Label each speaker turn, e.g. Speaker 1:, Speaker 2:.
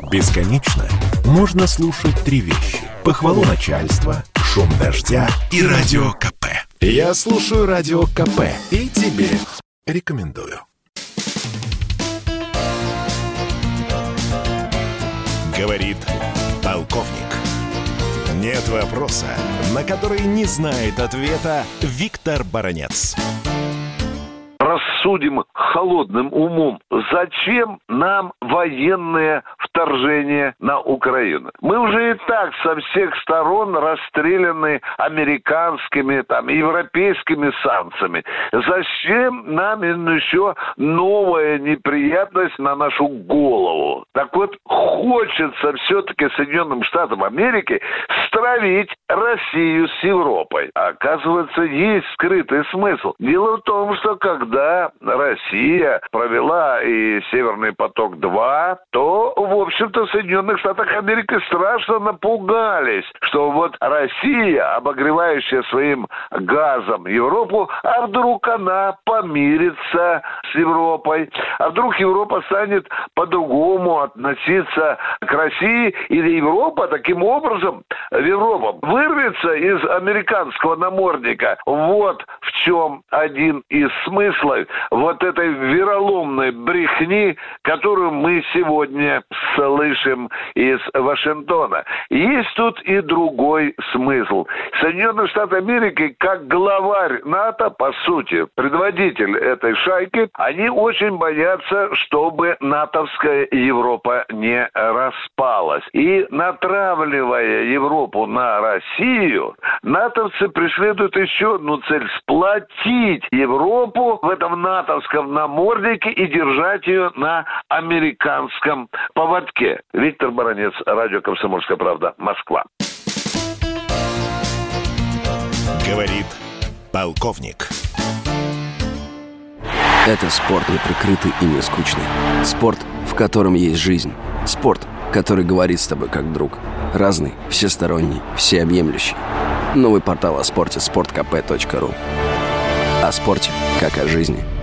Speaker 1: Бесконечно можно слушать три вещи: похвалу начальства, шум дождя и радио КП. Я слушаю радио КП и тебе рекомендую. Говорит полковник. Нет вопроса, на который не знает ответа Виктор Баранец.
Speaker 2: Рассудим холодным умом, зачем нам военное вторжение на Украину? Мы уже и так со всех сторон расстреляны американскими, европейскими санкциями. Зачем нам еще новая неприятность на нашу голову? Так вот, хочется все-таки Соединенным Штатам Америки стравить Россию с Европой. Оказывается, есть скрытый смысл. Дело в том, что когда Россия провела и Северный поток-2, то, в общем-то, в Соединенных Штатах Америки страшно напугались, что вот Россия, обогревающая своим газом Европу, а вдруг она помирится с Европой, а вдруг Европа станет по-другому относиться к России, или Европа таким образом, Европа вырвется из американского намордника. Вот в чем один из смыслов вот этой вероломной брехни, которую мы сегодня слышим из Вашингтона. Есть тут и другой смысл. Соединенные Штаты Америки, как главарь НАТО, по сути, предводитель этой шайки, они очень боятся, чтобы натовская Европа не распалась. И натравливая Европу на Россию, натовцы преследуют еще одну цель – сплотить Европу в этом натовском наморднике и держать ее на американском поводке. Виктор Баранец, радио «Комсомольская правда», Москва.
Speaker 1: Говорит полковник.
Speaker 3: Это спорт неприкрытый и не скучный. Спорт, в котором есть жизнь. Спорт, который говорит с тобой как друг. Разный, всесторонний, всеобъемлющий. Новый портал о спорте – sportkp.ru. О спорте, как о жизни.